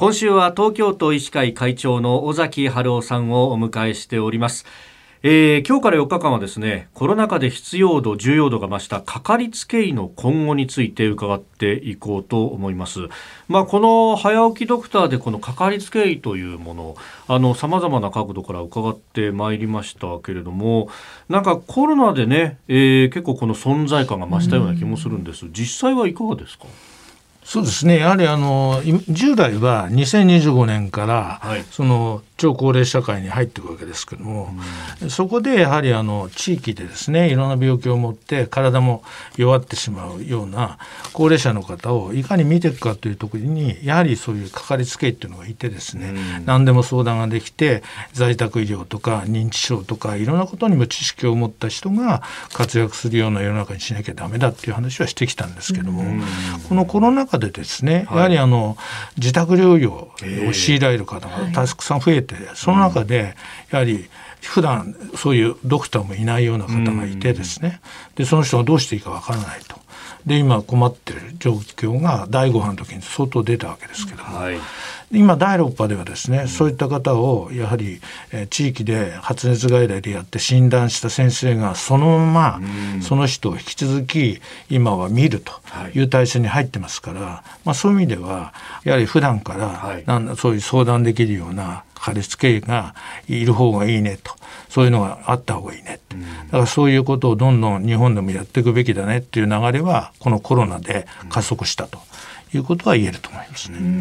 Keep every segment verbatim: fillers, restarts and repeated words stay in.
今週は東京都医師会会長の尾崎治夫さんをお迎えしております。えー、今日からよっかかんはですね、コロナ禍で必要度重要度が増したかかりつけ医の今後について伺っていこうと思います。まあ、この早起きドクターでこのかかりつけ医というもの、あの様々な角度から伺ってまいりましたけれども、なんかコロナでね、えー、結構この存在感が増したような気もするんです。実際はいかがですか？ そうですね、やはりあの従来はにせんにじゅうごねんから、はい、その超高齢社会に入っていくわけですけども、うん、そこでやはりあの地域でですね、いろんな病気を持って体も弱ってしまうような高齢者の方をいかに見ていくかというところに、やはりそういうかかりつけ医っていうのがいてですね、うん、何でも相談ができて、在宅医療とか認知症とかいろんなことにも知識を持った人が活躍するような世の中にしなきゃダメだっていう話はしてきたんですけども、うん、このコロナ禍でですね、やはりあの、はい、自宅療養を強いられる方がたくさん増えて、その中でやはり普段そういうドクターもいないような方がいてですね、でその人がどうしていいかわからないと。で今困っている状況がだいご波の時に相当出たわけですけども、はい、今だいろく波ではですね、そういった方をやはり、えー、地域で発熱外来でやって診断した先生がそのままその人を引き続き今は見るという体制に入ってますから、はい、まあ、そういう意味ではやはり普段から、はい、なんそういう相談できるようなかかりつけ医がいる方がいいねと、そういうのがあった方がいいねって、うん、だからそういうことをどんどん日本でもやっていくべきだねっていう流れはこのコロナで加速したということは言えると思いますね。 うん、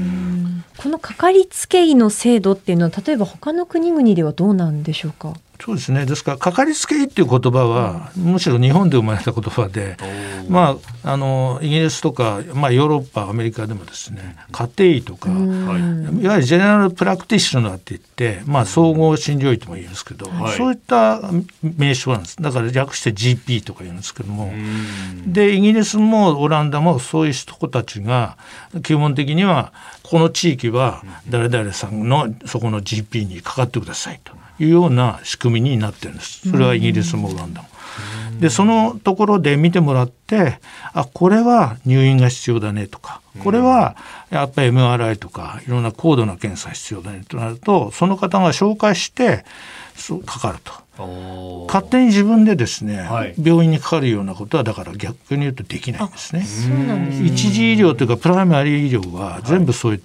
このかかりつけ医の制度っていうのは例えば他の国々ではどうなんでしょうか？ そうですね、ですからかかりつけ医っていう言葉は、うん、むしろ日本で生まれた言葉で、まあ、あのイギリスとか、まあ、ヨーロッパアメリカでもですね、家庭医とか、うん、いわゆるジェネラルプラクティショナーって言って、まあ、総合診療医とも言うんですけど、はい、そういった名称なんです。だから略して ジーピー とか言うんですけども、でイギリスもオランダもそういう人たちが基本的にはこの地域は誰々さんのそこの ジーピー にかかってくださいというような仕組みになってるんです。それはイギリスもオランダも。でそのところで見てもらって、あこれは入院が必要だねとか、これはやっぱり エムアールアイ とかいろんな高度な検査必要だねとなると、その方が紹介してかかると。勝手に自分でですね、はい、病院にかかるようなことはだから逆に言うとできないんですね。 そうなんですね。 一次医療というかプライマリー医療は全部そういった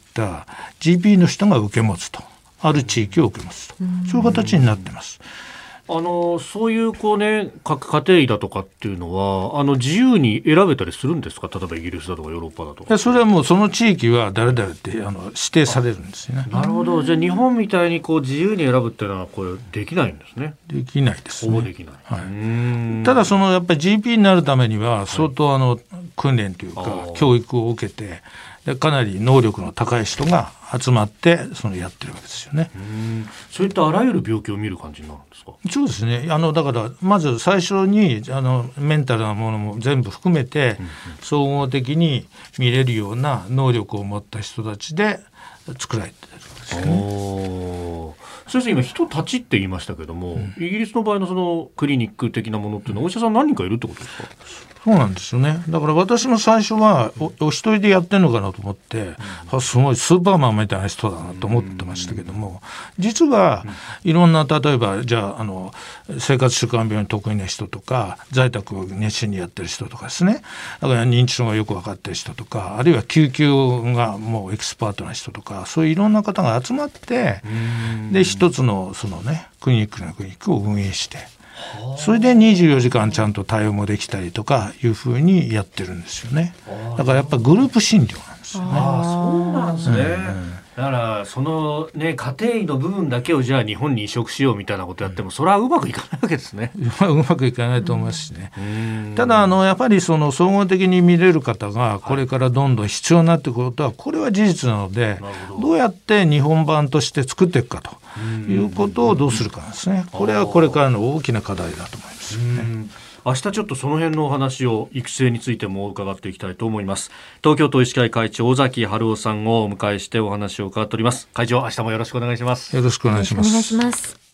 ジーピー の人が受け持つと、ある地域を受け持つと、そういう形になってます。 あのそういうこう、ね、家庭医だとかっていうのはあの自由に選べたりするんですか？例えばイギリスだとかヨーロッパだとか。 いやそれはもうその地域は誰々ってあの指定されるんですよね。 なるほど。じゃあ日本みたいにこう自由に選ぶっていうのはこれできないんですね。 できないですね。 ほぼできない、はい、うーんただそのやっぱり ジーピー になるためには相当あの訓練というか、はい、教育を受けて、でかなり能力の高い人が集まってそのやってるわけですよね。 うーんそういったあらゆる病気を見る感じになるんですか？ そうですね。あのだからまず最初にあのメンタルなものも全部含めて総合的に見れるような能力を持った人たちで作られてるわけですよね。 先生今人たちって言いましたけども、うん、イギリスの場合のそのクリニック的なものっていうのはお医者さん何人かいるってことですか？ そうなんですよね。だから私も最初は お, お一人でやってるのかなと思って、うん、すごいスーパーマンみたいな人だなと思ってましたけども、実はいろんな例えばじゃあ、あの生活習慣病に得意な人とか在宅を熱心にやってる人とかですね、だから認知症がよく分かってる人とか、あるいは救急がもうエキスパートな人とか、そういういろんな方が集まって、で一つのそのねクリニックのクリニックを運営して、それでにじゅうよじかんちゃんと対応もできたりとかいうふうにやってるんですよね。だからやっぱグループ診療なんですよね。 ああそうなんですね、うんうん、だからそのね家庭医の部分だけをじゃあ日本に移植しようみたいなことやっても、うん、それはうまくいかないわけですね。 うまくいかないと思いますしね、うん、ただあのやっぱりその総合的に見れる方がこれからどんどん必要になってくることはこれは事実なので、ど, どうやって日本版として作っていくかということをどうするかなんですね。これはこれからの大きな課題だと思いますよね。 明日ちょっとその辺のお話を育成についても伺っていきたいと思います。東京都医師会会長尾崎治夫さんをお迎えしてお話を伺っております。会長、明日もよろしくお願いします。 よろしくお願いします。 お願いします。